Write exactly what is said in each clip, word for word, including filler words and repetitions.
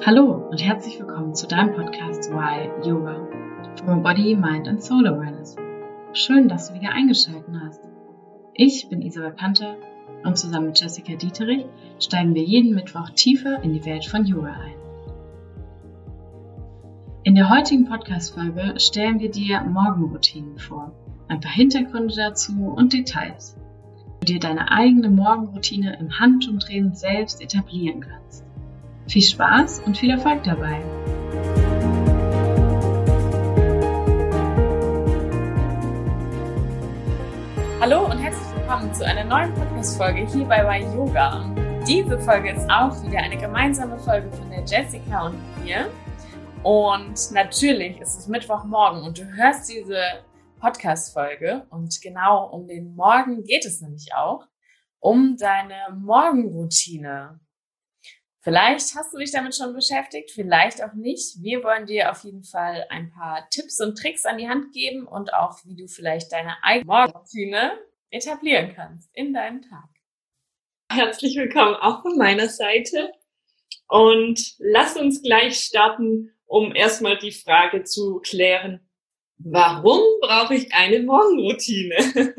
Hallo und herzlich willkommen zu deinem Podcast Why Yoga from Body, Mind and Soul Awareness. Schön, dass du wieder eingeschaltet hast. Ich bin Isabel Panther und zusammen mit Jessica Dieterich steigen wir jeden Mittwoch tiefer in die Welt von Yoga ein. In der heutigen Podcast-Folge stellen wir dir Morgenroutinen vor, ein paar Hintergründe dazu und Details, wie du dir deine eigene Morgenroutine im Handumdrehen selbst etablieren kannst. Viel Spaß und viel Erfolg dabei! Hallo und herzlich willkommen zu einer neuen Podcast-Folge hier bei Why Yoga. Diese Folge ist auch wieder eine gemeinsame Folge von der Jessica und mir. Und natürlich ist es Mittwochmorgen und du hörst diese Podcast-Folge. Und genau um den Morgen geht es nämlich auch, um deine Morgenroutine. Vielleicht hast du dich damit schon beschäftigt, vielleicht auch nicht. Wir wollen dir auf jeden Fall ein paar Tipps und Tricks an die Hand geben und auch, wie du vielleicht deine eigene Morgenroutine etablieren kannst in deinem Tag. Herzlich willkommen auch von meiner Seite und lass uns gleich starten, um erstmal die Frage zu klären, warum brauche ich eine Morgenroutine?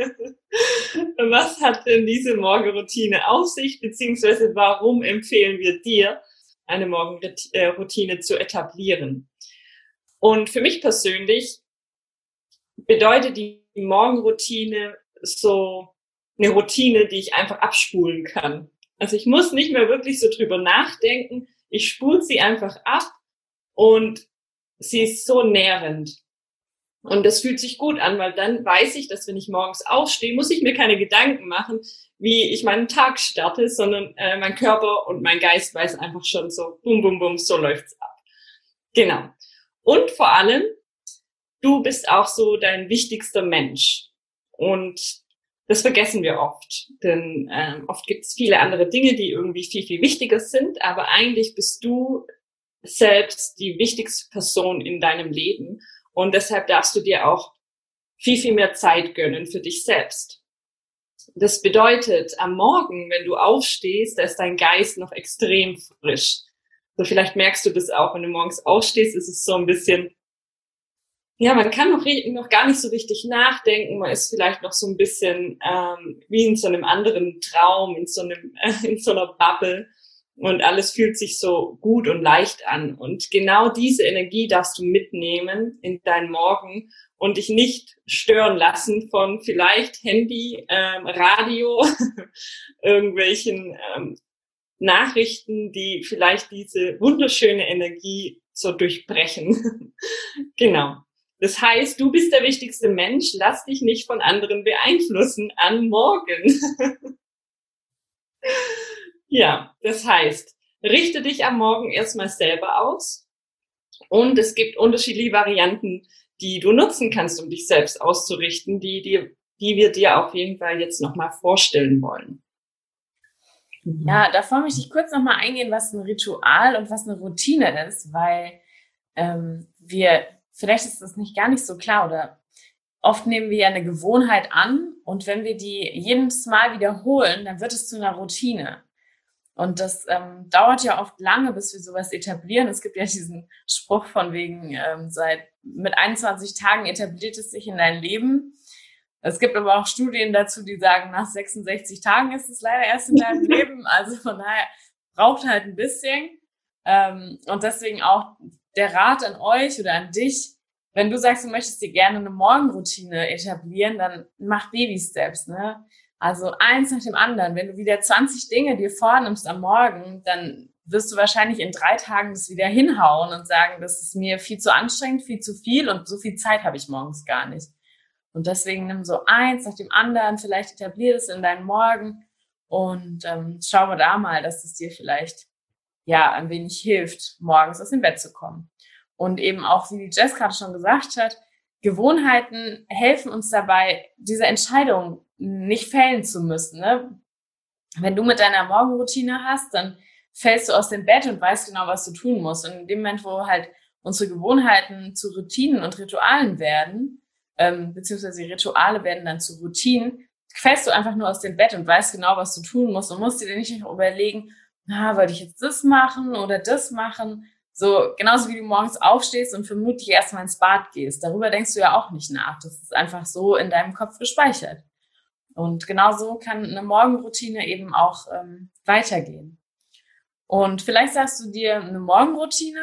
Was hat denn diese Morgenroutine auf sich, beziehungsweise warum empfehlen wir dir, eine Morgenroutine zu etablieren? Und für mich persönlich bedeutet die Morgenroutine so eine Routine, die ich einfach abspulen kann. Also ich muss nicht mehr wirklich so drüber nachdenken, ich spule sie einfach ab und sie ist so nährend. Und das fühlt sich gut an, weil dann weiß ich, dass wenn ich morgens aufstehe, muss ich mir keine Gedanken machen, wie ich meinen Tag starte, sondern äh, mein Körper und mein Geist weiß einfach schon so, bum, bum, bum, so läuft's ab. Genau. Und vor allem, du bist auch so dein wichtigster Mensch. Und das vergessen wir oft, denn ähm, oft gibt's viele andere Dinge, die irgendwie viel, viel wichtiger sind, aber eigentlich bist du selbst die wichtigste Person in deinem Leben. Und deshalb darfst du dir auch viel, viel mehr Zeit gönnen für dich selbst. Das bedeutet, am Morgen, wenn du aufstehst, da ist dein Geist noch extrem frisch. So vielleicht merkst du das auch, wenn du morgens aufstehst, ist es so ein bisschen, ja, man kann noch, noch gar nicht so richtig nachdenken. Man ist vielleicht noch so ein bisschen ähm, wie in so einem anderen Traum, in so einem, äh, in so einer Bubble. Und alles fühlt sich so gut und leicht an. Und genau diese Energie darfst du mitnehmen in deinen Morgen und dich nicht stören lassen von vielleicht Handy, ähm, Radio, irgendwelchen ähm, Nachrichten, die vielleicht diese wunderschöne Energie so durchbrechen. Genau. Das heißt, du bist der wichtigste Mensch. Lass dich nicht von anderen beeinflussen am Morgen. Ja, das heißt, richte dich am Morgen erstmal selber aus und es gibt unterschiedliche Varianten, die du nutzen kannst, um dich selbst auszurichten, die, die, die wir dir auf jeden Fall jetzt nochmal vorstellen wollen. Ja, davor möchte ich kurz nochmal eingehen, was ein Ritual und was eine Routine ist, weil ähm, wir, vielleicht ist das nicht gar nicht so klar oder oft nehmen wir ja eine Gewohnheit an und wenn wir die jedes Mal wiederholen, dann wird es zu einer Routine. Und das ähm, dauert ja oft lange, bis wir sowas etablieren. Es gibt ja diesen Spruch von wegen, ähm, seit mit einundzwanzig Tagen etabliert es sich in dein Leben. Es gibt aber auch Studien dazu, die sagen, nach sechsundsechzig Tagen ist es leider erst in deinem Leben. Also von daher braucht halt ein bisschen. Ähm, und deswegen auch der Rat an euch oder an dich, wenn du sagst, du möchtest dir gerne eine Morgenroutine etablieren, dann mach Baby-Steps, ne? Also eins nach dem anderen. Wenn du wieder zwanzig Dinge dir vornimmst am Morgen, dann wirst du wahrscheinlich in drei Tagen das wieder hinhauen und sagen, das ist mir viel zu anstrengend, viel zu viel und so viel Zeit habe ich morgens gar nicht. Und deswegen nimm so eins nach dem anderen, vielleicht etablier es in deinen Morgen und ähm, schau mal da mal, dass es dir vielleicht ja ein wenig hilft, morgens aus dem Bett zu kommen. Und eben auch, wie die Jess gerade schon gesagt hat, Gewohnheiten helfen uns dabei, diese Entscheidung nicht fällen zu müssen. Ne? Wenn du mit deiner Morgenroutine hast, dann fällst du aus dem Bett und weißt genau, was du tun musst. Und in dem Moment, wo halt unsere Gewohnheiten zu Routinen und Ritualen werden, ähm, beziehungsweise die Rituale werden dann zu Routinen, fällst du einfach nur aus dem Bett und weißt genau, was du tun musst und musst dir nicht überlegen, na, wollte ich jetzt das machen oder das machen, So, genauso wie du morgens aufstehst und vermutlich erstmal ins Bad gehst. Darüber denkst du ja auch nicht nach. Das ist einfach so in deinem Kopf gespeichert. Und genauso kann eine Morgenroutine eben auch ähm, weitergehen. Und vielleicht sagst du dir, eine Morgenroutine,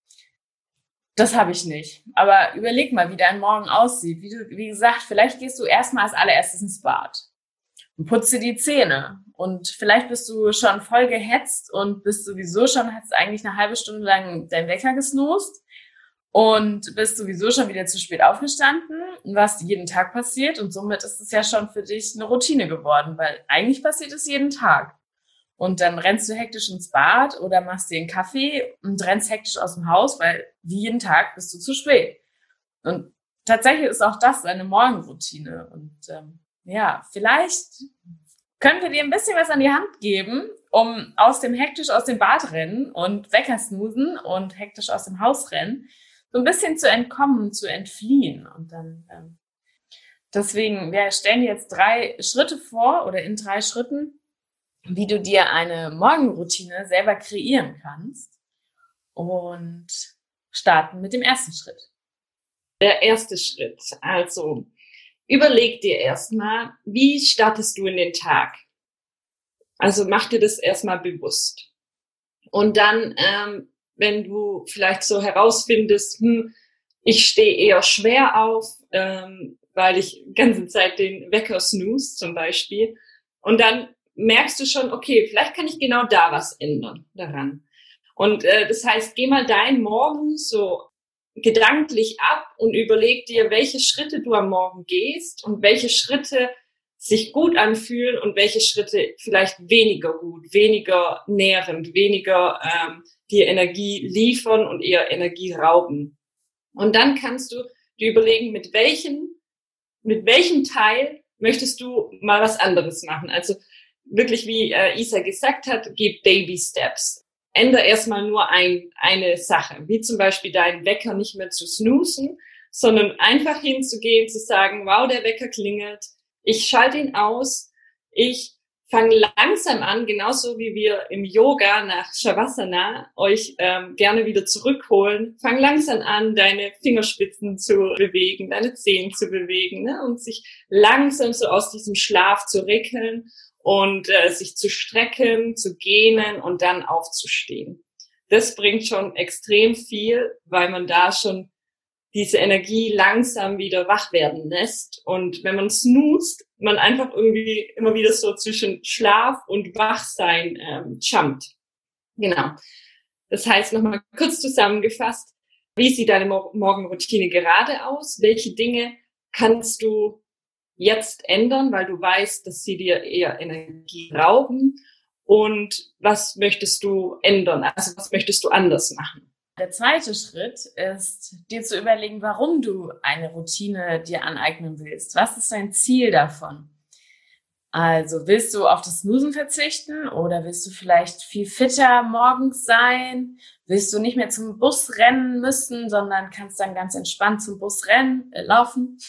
das habe ich nicht. Aber überleg mal, wie dein Morgen aussieht. Wie, du, wie gesagt, vielleicht gehst du erstmal als allererstes ins Bad und putzt dir die Zähne. Und vielleicht bist du schon voll gehetzt und bist sowieso schon, hast eigentlich eine halbe Stunde lang deinen Wecker gesnoost und bist sowieso schon wieder zu spät aufgestanden, was jeden Tag passiert. Und somit ist es ja schon für dich eine Routine geworden, weil eigentlich passiert es jeden Tag. Und dann rennst du hektisch ins Bad oder machst dir einen Kaffee und rennst hektisch aus dem Haus, weil wie jeden Tag bist du zu spät. Und tatsächlich ist auch das eine Morgenroutine. Und ähm, ja, vielleicht können wir dir ein bisschen was an die Hand geben, um aus dem hektisch aus dem Bad rennen und Wecker snoosen und hektisch aus dem Haus rennen, so ein bisschen zu entkommen, zu entfliehen. Und dann ähm, deswegen, wir stellen dir jetzt drei Schritte vor oder in drei Schritten, wie du dir eine Morgenroutine selber kreieren kannst und starten mit dem ersten Schritt. Der erste Schritt, also überleg dir erstmal, wie startest du in den Tag? Also mach dir das erstmal bewusst. Und dann, ähm, wenn du vielleicht so herausfindest, hm, ich stehe eher schwer auf, ähm, weil ich die ganze Zeit den Wecker snooze zum Beispiel. Und dann merkst du schon, okay, vielleicht kann ich genau da was ändern daran. Und äh, das heißt, geh mal deinen Morgen so gedanklich ab und überleg dir, welche Schritte du am Morgen gehst und welche Schritte sich gut anfühlen und welche Schritte vielleicht weniger gut, weniger nährend, weniger ähm, dir Energie liefern und eher Energie rauben. Und dann kannst du dir überlegen, mit welchen, mit welchem Teil möchtest du mal was anderes machen. Also wirklich, wie äh, Isa gesagt hat, gib Baby Steps. Ändere erstmal nur ein, eine Sache, wie zum Beispiel deinen Wecker nicht mehr zu snoozen, sondern einfach hinzugehen, zu sagen, wow, der Wecker klingelt, ich schalte ihn aus, ich fange langsam an, genauso wie wir im Yoga nach Shavasana euch ähm, gerne wieder zurückholen. Fang langsam an, deine Fingerspitzen zu bewegen, deine Zehen zu bewegen, ne? Und sich langsam so aus diesem Schlaf zu regeln und äh, sich zu strecken, zu gähnen und dann aufzustehen. Das bringt schon extrem viel, weil man da schon diese Energie langsam wieder wach werden lässt. Und wenn man snoozt, man einfach irgendwie immer wieder so zwischen Schlaf und Wachsein ähm, jumpt. Genau. Das heißt, nochmal kurz zusammengefasst, wie sieht deine Mor- Morgenroutine gerade aus? Welche Dinge kannst du jetzt ändern, weil du weißt, dass sie dir eher Energie rauben? Und was möchtest du ändern? Also was möchtest du anders machen? Der zweite Schritt ist, dir zu überlegen, warum du eine Routine dir aneignen willst. Was ist dein Ziel davon? Also willst du auf das Snoozen verzichten oder willst du vielleicht viel fitter morgens sein? Willst du nicht mehr zum Bus rennen müssen, sondern kannst dann ganz entspannt zum Bus rennen, äh, laufen?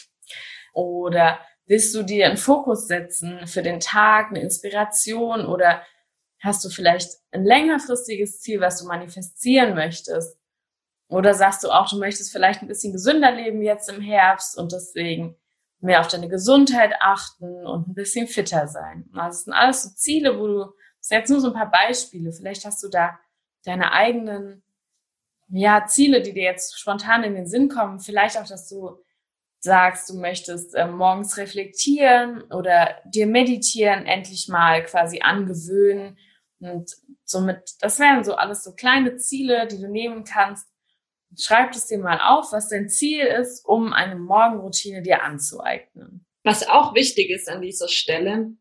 Oder willst du dir einen Fokus setzen für den Tag, eine Inspiration, oder hast du vielleicht ein längerfristiges Ziel, was du manifestieren möchtest? Oder sagst du auch, du möchtest vielleicht ein bisschen gesünder leben jetzt im Herbst und deswegen mehr auf deine Gesundheit achten und ein bisschen fitter sein? Also das sind alles so Ziele, wo du, das sind jetzt nur so ein paar Beispiele, vielleicht hast du da deine eigenen, ja, Ziele, die dir jetzt spontan in den Sinn kommen. Vielleicht auch, dass du sagst, du möchtest äh, morgens reflektieren oder dir meditieren endlich mal quasi angewöhnen. Und somit, das wären so alles so kleine Ziele, die du nehmen kannst. Schreib es dir mal auf, was dein Ziel ist, um eine Morgenroutine dir anzueignen. Was auch wichtig ist an dieser Stelle,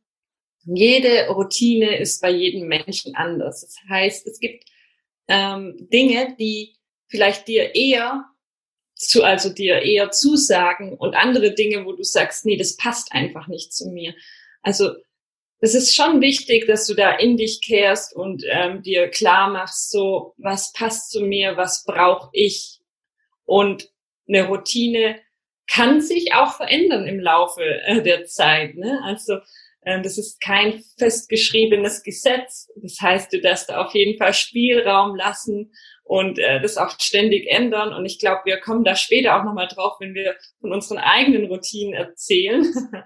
jede Routine ist bei jedem Menschen anders. Das heißt, es gibt ähm, Dinge, die vielleicht dir eher zu, also dir eher zusagen und andere Dinge, wo du sagst, nee, das passt einfach nicht zu mir. Also es ist schon wichtig, dass du da in dich kehrst und ähm, dir klar machst, so, was passt zu mir, was brauche ich? Und eine Routine kann sich auch verändern im Laufe äh, der Zeit, ne? Also Das ist kein festgeschriebenes Gesetz. Das heißt, du darfst auf jeden Fall Spielraum lassen und äh, das auch ständig ändern. Und ich glaube, wir kommen da später auch nochmal drauf, wenn wir von unseren eigenen Routinen erzählen.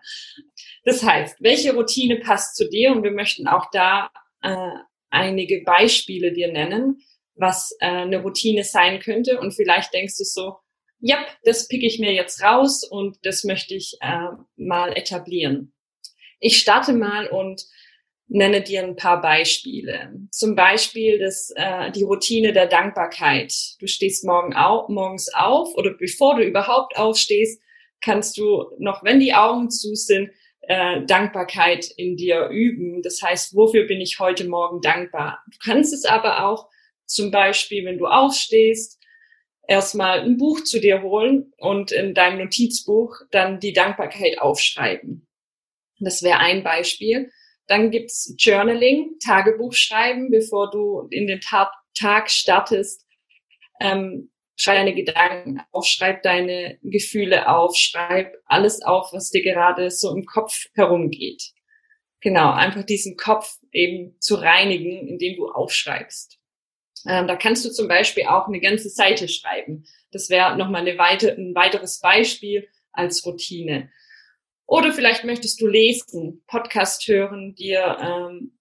Das heißt, welche Routine passt zu dir? Und wir möchten auch da äh, einige Beispiele dir nennen, was äh, eine Routine sein könnte. Und vielleicht denkst du so, ja, das pick ich mir jetzt raus und das möchte ich äh, mal etablieren. Ich starte mal und nenne dir ein paar Beispiele. Zum Beispiel das, äh, die Routine der Dankbarkeit. Du stehst morgen au- morgens auf oder bevor du überhaupt aufstehst, kannst du noch, wenn die Augen zu sind, äh, Dankbarkeit in dir üben. Das heißt, wofür bin ich heute Morgen dankbar? Du kannst es aber auch zum Beispiel, wenn du aufstehst, erstmal ein Buch zu dir holen und in deinem Notizbuch dann die Dankbarkeit aufschreiben. Das wäre ein Beispiel. Dann gibt's Journaling, Tagebuch schreiben, bevor du in den Tag, Tag startest. Ähm, schreib deine Gedanken auf, schreib deine Gefühle auf, schreib alles auf, was dir gerade so im Kopf herumgeht. Genau, einfach diesen Kopf eben zu reinigen, indem du aufschreibst. Ähm, da kannst du zum Beispiel auch eine ganze Seite schreiben. Das wäre nochmal eine weite, ein weiteres Beispiel als Routine. Oder vielleicht möchtest du lesen, Podcast hören, dir ähm,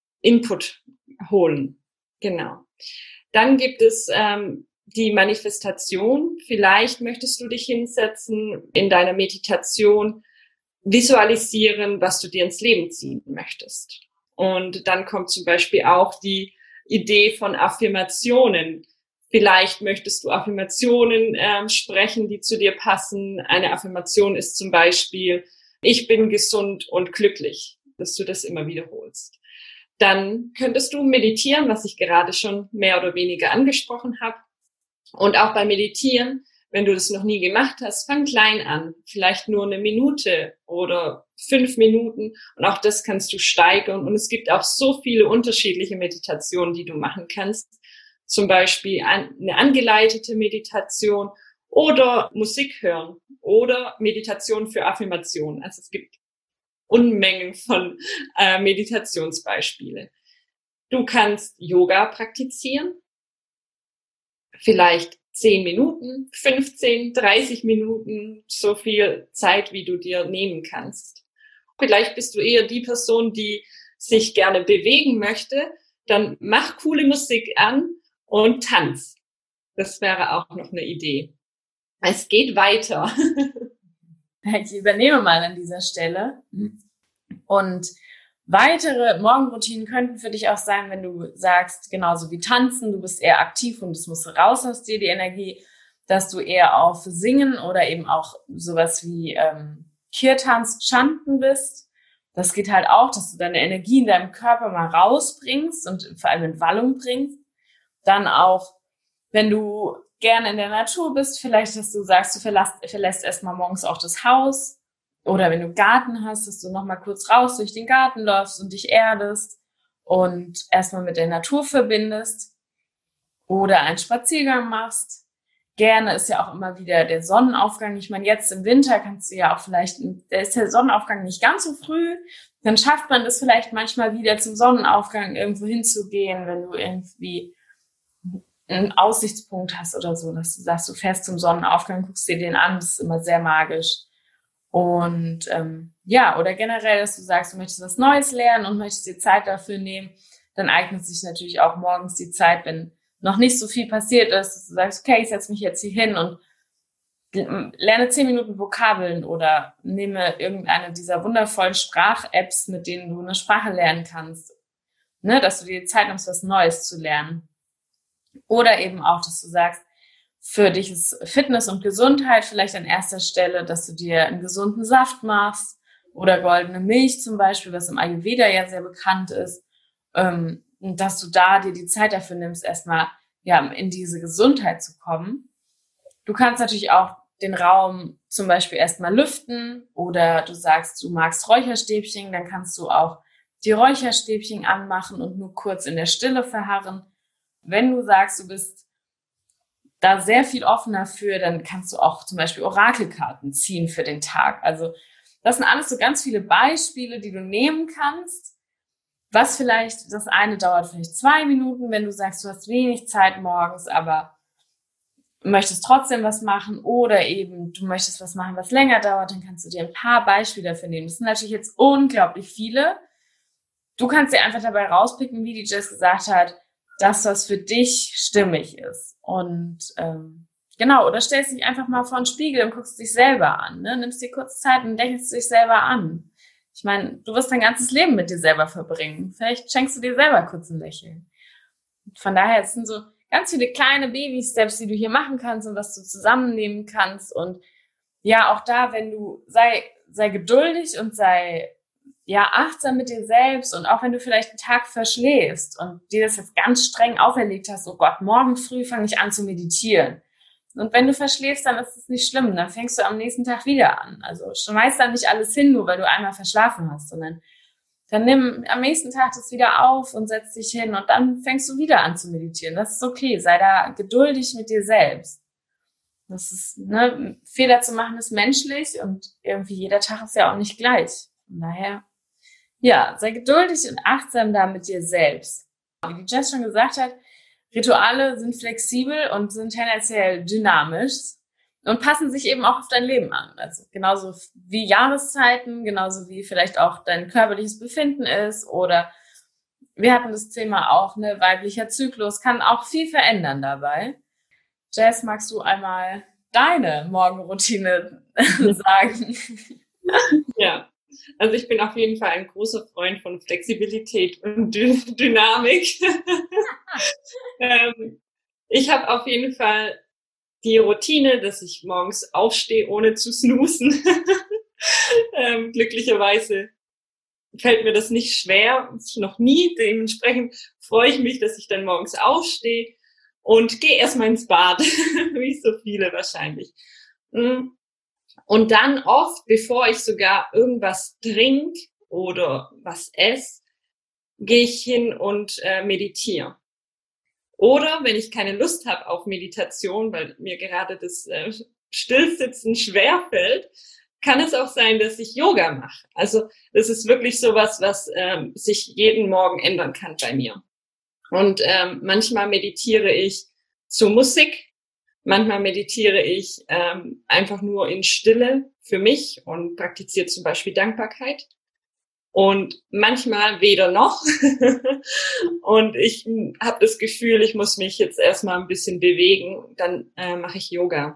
Input holen. Genau. Dann gibt es ähm, die Manifestation. Vielleicht möchtest du dich hinsetzen, in deiner Meditation visualisieren, was du dir ins Leben ziehen möchtest. Und dann kommt zum Beispiel auch die Idee von Affirmationen. Vielleicht möchtest du Affirmationen ähm, sprechen, die zu dir passen. Eine Affirmation ist zum Beispiel, ich bin gesund und glücklich, dass du das immer wiederholst. Dann könntest du meditieren, was ich gerade schon mehr oder weniger angesprochen habe. Und auch beim Meditieren, wenn du das noch nie gemacht hast, fang klein an. Vielleicht nur eine Minute oder fünf Minuten. Und auch das kannst du steigern. Und es gibt auch so viele unterschiedliche Meditationen, die du machen kannst. Zum Beispiel eine angeleitete Meditation oder Musik hören oder Meditation für Affirmationen. Also es gibt Unmengen von äh, Meditationsbeispiele. Du kannst Yoga praktizieren, vielleicht zehn Minuten, fünfzehn, dreißig Minuten, so viel Zeit, wie du dir nehmen kannst. Vielleicht bist du eher die Person, die sich gerne bewegen möchte, dann mach coole Musik an und tanz. Das wäre auch noch eine Idee. Es geht weiter. Ich übernehme mal an dieser Stelle. Und weitere Morgenroutinen könnten für dich auch sein, wenn du sagst, genauso wie tanzen, du bist eher aktiv und es muss raus aus dir, die Energie, dass du eher auf Singen oder eben auch sowas wie ähm, Kirtans, Chanten bist. Das geht halt auch, dass du deine Energie in deinem Körper mal rausbringst und vor allem in Wallung bringst. Dann auch, wenn du gerne in der Natur bist, vielleicht, dass du sagst, du verlässt, verlässt erstmal morgens auch das Haus. Oder wenn du Garten hast, dass du nochmal kurz raus durch den Garten läufst und dich erdest und erstmal mit der Natur verbindest. Oder einen Spaziergang machst. Gerne ist ja auch immer wieder der Sonnenaufgang. Ich meine, jetzt im Winter kannst du ja auch vielleicht, da ist der Sonnenaufgang nicht ganz so früh. Dann schafft man es vielleicht manchmal wieder zum Sonnenaufgang irgendwo hinzugehen, wenn du irgendwie einen Aussichtspunkt hast oder so, dass du sagst, du fährst zum Sonnenaufgang, guckst dir den an, das ist immer sehr magisch. Und ähm, ja, oder generell, dass du sagst, du möchtest was Neues lernen und möchtest dir Zeit dafür nehmen, dann eignet sich natürlich auch morgens die Zeit, wenn noch nicht so viel passiert ist, dass du sagst, okay, ich setze mich jetzt hier hin und lerne zehn Minuten Vokabeln oder nehme irgendeine dieser wundervollen Sprach-Apps, mit denen du eine Sprache lernen kannst, ne, dass du dir Zeit nimmst, was Neues zu lernen. Oder eben auch, dass du sagst, für dich ist Fitness und Gesundheit vielleicht an erster Stelle, dass du dir einen gesunden Saft machst oder goldene Milch zum Beispiel, was im Ayurveda ja sehr bekannt ist, ähm, dass du da dir die Zeit dafür nimmst, erstmal ja in diese Gesundheit zu kommen. Du kannst natürlich auch den Raum zum Beispiel erstmal lüften oder du sagst, du magst Räucherstäbchen, dann kannst du auch die Räucherstäbchen anmachen und nur kurz in der Stille verharren. Wenn du sagst, du bist da sehr viel offener für, dann kannst du auch zum Beispiel Orakelkarten ziehen für den Tag. Also Das sind alles so ganz viele Beispiele, die du nehmen kannst. Was vielleicht, das eine dauert vielleicht zwei Minuten, wenn du sagst, du hast wenig Zeit morgens, aber möchtest trotzdem was machen, oder eben du möchtest was machen, was länger dauert, dann kannst du dir ein paar Beispiele dafür nehmen. Das sind natürlich jetzt unglaublich viele. Du kannst dir einfach dabei rauspicken, wie die Jess gesagt hat, dass das für dich stimmig ist. Und ähm, genau, oder stellst dich einfach mal vor den Spiegel und guckst dich selber an. Ne? Nimmst dir kurz Zeit und lächelst dich selber an. Ich meine, du wirst dein ganzes Leben mit dir selber verbringen. Vielleicht schenkst du dir selber kurz ein Lächeln. Von daher, es sind so ganz viele kleine Baby-Steps, die du hier machen kannst und was du zusammennehmen kannst. Und ja, auch da, wenn du, sei, sei geduldig und sei ja achtsam mit dir selbst. Und auch wenn du vielleicht einen Tag verschläfst und dir das jetzt ganz streng auferlegt hast, oh Gott, morgen früh fange ich an zu meditieren. Und wenn du verschläfst, dann ist es nicht schlimm. Dann fängst du am nächsten Tag wieder an. Also schmeiß dann nicht alles hin, nur weil du einmal verschlafen hast, sondern dann nimm am nächsten Tag das wieder auf und setz dich hin und dann fängst du wieder an zu meditieren. Das ist okay. Sei da geduldig mit dir selbst. Das ist, ne, Fehler zu machen ist menschlich und irgendwie jeder Tag ist ja auch nicht gleich. Von daher, ja, sei geduldig und achtsam da mit dir selbst. Wie die Jess schon gesagt hat, Rituale sind flexibel und sind tendenziell dynamisch und passen sich eben auch auf dein Leben an. Also genauso wie Jahreszeiten, genauso wie vielleicht auch dein körperliches Befinden ist, oder wir hatten das Thema auch, ne, weiblicher Zyklus kann auch viel verändern dabei. Jess, magst du einmal deine Morgenroutine sagen? Ja, also ich bin auf jeden Fall ein großer Freund von Flexibilität und Dy- Dynamik. ähm, ich habe auf jeden Fall die Routine, dass ich morgens aufstehe, ohne zu snoosen. ähm, glücklicherweise fällt mir das nicht schwer, noch nie. Dementsprechend freue ich mich, dass ich dann morgens aufstehe und gehe erstmal ins Bad, wie so viele wahrscheinlich. Und dann oft, bevor ich sogar irgendwas trinke oder was esse, gehe ich hin und äh, meditiere. Oder wenn ich keine Lust habe auf Meditation, weil mir gerade das äh, Stillsitzen schwerfällt, kann es auch sein, dass ich Yoga mache. Also das ist wirklich sowas, was ähm, sich jeden Morgen ändern kann bei mir. Und ähm, manchmal meditiere ich zu Musik, manchmal meditiere ich ähm, einfach nur in Stille für mich und praktiziere zum Beispiel Dankbarkeit. Und manchmal weder noch. Und ich habe das Gefühl, ich muss mich jetzt erstmal ein bisschen bewegen. Dann äh, mache ich Yoga.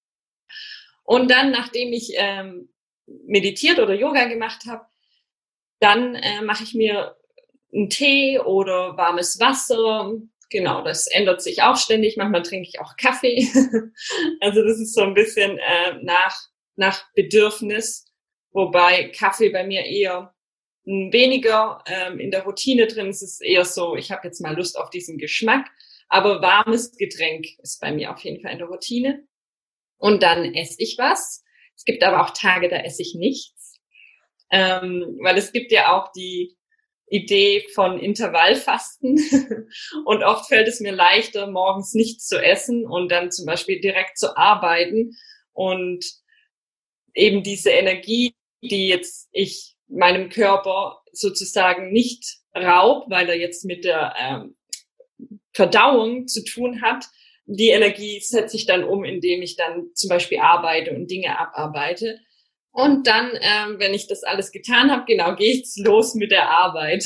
Und dann, nachdem ich ähm, meditiert oder Yoga gemacht habe, dann äh, mache ich mir einen Tee oder warmes Wasser. Genau, das ändert sich auch ständig. Manchmal trinke ich auch Kaffee. Also das ist so ein bisschen äh, nach, nach Bedürfnis. Wobei Kaffee bei mir eher weniger ähm, in der Routine drin. Es ist eher so, ich habe jetzt mal Lust auf diesen Geschmack. Aber warmes Getränk ist bei mir auf jeden Fall in der Routine. Und dann esse ich was. Es gibt aber auch Tage, da esse ich nichts. Ähm, weil es gibt ja auch die Idee von Intervallfasten. Und oft fällt es mir leichter, morgens nichts zu essen und dann zum Beispiel direkt zu arbeiten. Und eben diese Energie, die jetzt ich meinem Körper sozusagen nicht raubt, weil er jetzt mit der ähm, Verdauung zu tun hat, die Energie setze ich dann um, indem ich dann zum Beispiel arbeite und Dinge abarbeite. Und dann, ähm, wenn ich das alles getan habe, genau, gehe ich los mit der Arbeit.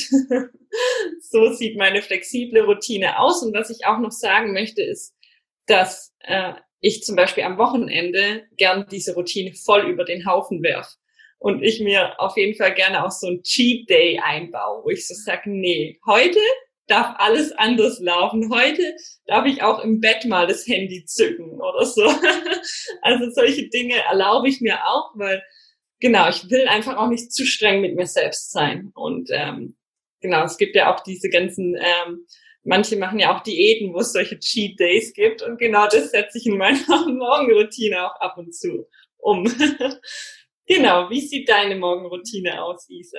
So sieht meine flexible Routine aus. Und was ich auch noch sagen möchte, ist, dass äh, ich zum Beispiel am Wochenende gern diese Routine voll über den Haufen werf. Und ich mir auf jeden Fall gerne auch so ein Cheat Day einbaue, wo ich so sage, nee, heute darf alles anders laufen. Heute darf ich auch im Bett mal das Handy zücken oder so. Also solche Dinge erlaube ich mir auch, weil genau, ich will einfach auch nicht zu streng mit mir selbst sein. Und ähm, genau, es gibt ja auch diese ganzen, ähm, manche machen ja auch Diäten, wo es solche Cheat Days gibt. Und genau das setze ich in meiner Morgenroutine auch ab und zu um. Genau, wie sieht deine Morgenroutine aus, Isa?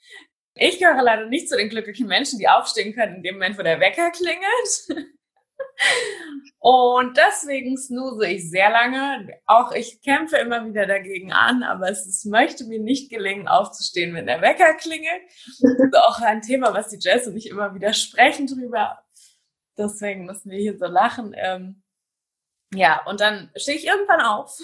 Ich gehöre leider nicht zu den glücklichen Menschen, die aufstehen können in dem Moment, wo der Wecker klingelt. Und deswegen snooze ich sehr lange. Auch ich kämpfe immer wieder dagegen an, aber es ist, möchte mir nicht gelingen, aufzustehen, wenn der Wecker klingelt. Das ist auch ein Thema, was die Jess und ich immer wieder sprechen drüber. Deswegen müssen wir hier so lachen. Ähm, ja, und dann stehe ich irgendwann auf.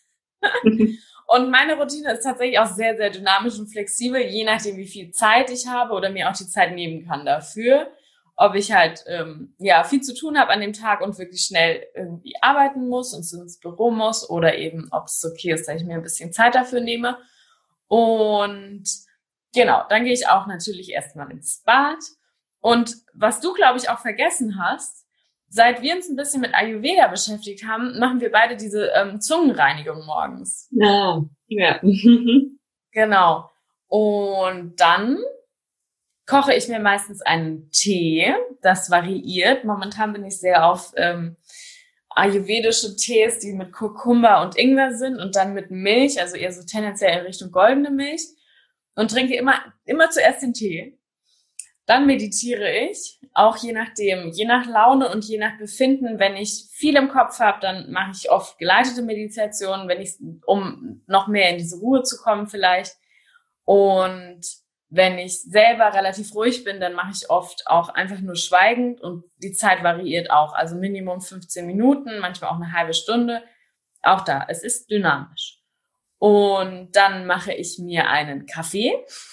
Und meine Routine ist tatsächlich auch sehr, sehr dynamisch und flexibel, je nachdem, wie viel Zeit ich habe oder mir auch die Zeit nehmen kann dafür. Ob ich halt ähm, ja viel zu tun habe an dem Tag und wirklich schnell irgendwie arbeiten muss und so ins Büro muss oder eben, ob es okay ist, dass ich mir ein bisschen Zeit dafür nehme. Und genau, dann gehe ich auch natürlich erstmal ins Bad. Und was du, glaube ich, auch vergessen hast, seit wir uns ein bisschen mit Ayurveda beschäftigt haben, machen wir beide diese ähm, Zungenreinigung morgens. Ja, ja. Genau. Und dann koche ich mir meistens einen Tee. Das variiert. Momentan bin ich sehr auf ähm, ayurvedische Tees, die mit Kurkuma und Ingwer sind und dann mit Milch, also eher so tendenziell in Richtung goldene Milch. Und trinke immer, immer zuerst den Tee. Dann meditiere ich, auch je nachdem, je nach Laune und je nach Befinden. Wenn ich viel im Kopf habe, dann mache ich oft geleitete Meditationen, wenn ich, um noch mehr in diese Ruhe zu kommen vielleicht. Und wenn ich selber relativ ruhig bin, dann mache ich oft auch einfach nur schweigend und die Zeit variiert auch. Also Minimum fünfzehn Minuten, manchmal auch eine halbe Stunde. Auch da, es ist dynamisch. Und dann mache ich mir einen Kaffee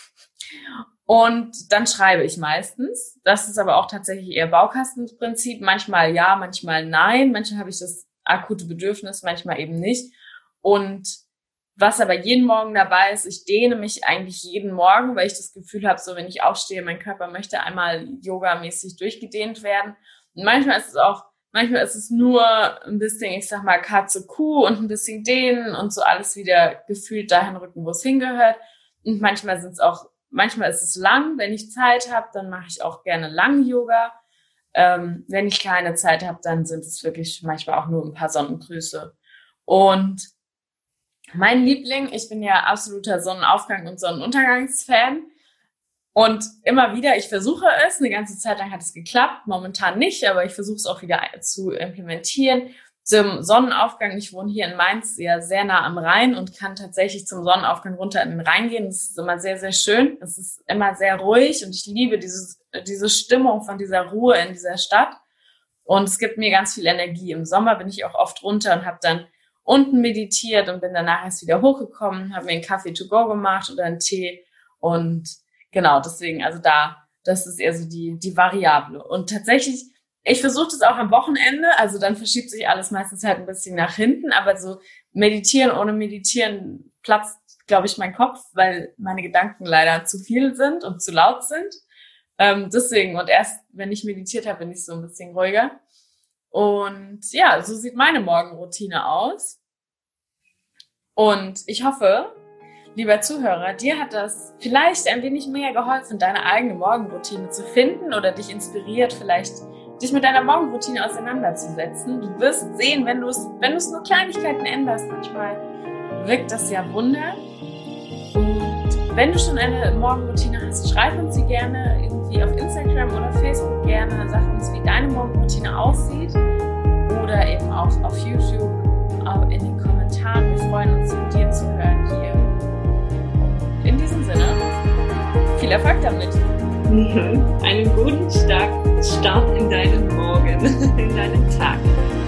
und dann schreibe ich meistens. Das ist aber auch tatsächlich eher Baukastenprinzip. Manchmal ja, manchmal nein. Manchmal habe ich das akute Bedürfnis, manchmal eben nicht. Und was aber jeden Morgen dabei ist, ich dehne mich eigentlich jeden Morgen, weil ich das Gefühl habe, so wenn ich aufstehe, mein Körper möchte einmal yogamäßig durchgedehnt werden. Und manchmal ist es auch, manchmal ist es nur ein bisschen, ich sag mal, Katze, Kuh und ein bisschen dehnen und so alles wieder gefühlt dahin rücken, wo es hingehört. Und manchmal sind es auch, manchmal ist es lang. Wenn ich Zeit habe, dann mache ich auch gerne lang Yoga. Ähm, wenn ich keine Zeit habe, dann sind es wirklich manchmal auch nur ein paar Sonnengrüße. Und mein Liebling, ich bin ja absoluter Sonnenaufgang- und Sonnenuntergangsfan und immer wieder, ich versuche es, eine ganze Zeit lang hat es geklappt, momentan nicht, aber ich versuche es auch wieder zu implementieren. Zum Sonnenaufgang, ich wohne hier in Mainz, ja sehr nah am Rhein und kann tatsächlich zum Sonnenaufgang runter in den Rhein gehen. Das ist immer sehr, sehr schön. Es ist immer sehr ruhig und ich liebe dieses, diese Stimmung von dieser Ruhe in dieser Stadt und es gibt mir ganz viel Energie. Im Sommer bin ich auch oft runter und habe dann unten meditiert und bin danach erst wieder hochgekommen, habe mir einen Kaffee to go gemacht oder einen Tee und genau, deswegen, also da, das ist eher so die, die Variable. Und tatsächlich, ich versuche das auch am Wochenende, also dann verschiebt sich alles meistens halt ein bisschen nach hinten, aber so meditieren ohne meditieren platzt, glaube ich, mein Kopf, weil meine Gedanken leider zu viel sind und zu laut sind. Ähm, deswegen, und erst, wenn ich meditiert habe, bin ich so ein bisschen ruhiger. Und ja, so sieht meine Morgenroutine aus. Und ich hoffe, lieber Zuhörer, dir hat das vielleicht ein wenig mehr geholfen, deine eigene Morgenroutine zu finden oder dich inspiriert, vielleicht dich mit deiner Morgenroutine auseinanderzusetzen. Du wirst sehen, wenn du es, wenn du es nur Kleinigkeiten änderst, manchmal wirkt das ja Wunder. Und wenn du schon eine Morgenroutine hast, schreib uns sie gerne irgendwie auf Instagram oder Facebook gerne. Sag uns, wie deine Morgenroutine aussieht. Oder eben auch auf YouTube in den Kommentaren. Wir freuen uns, von dir zu hören hier. Und in diesem Sinne, viel Erfolg damit. Einen guten Start in deinen Morgen, in deinen Tag.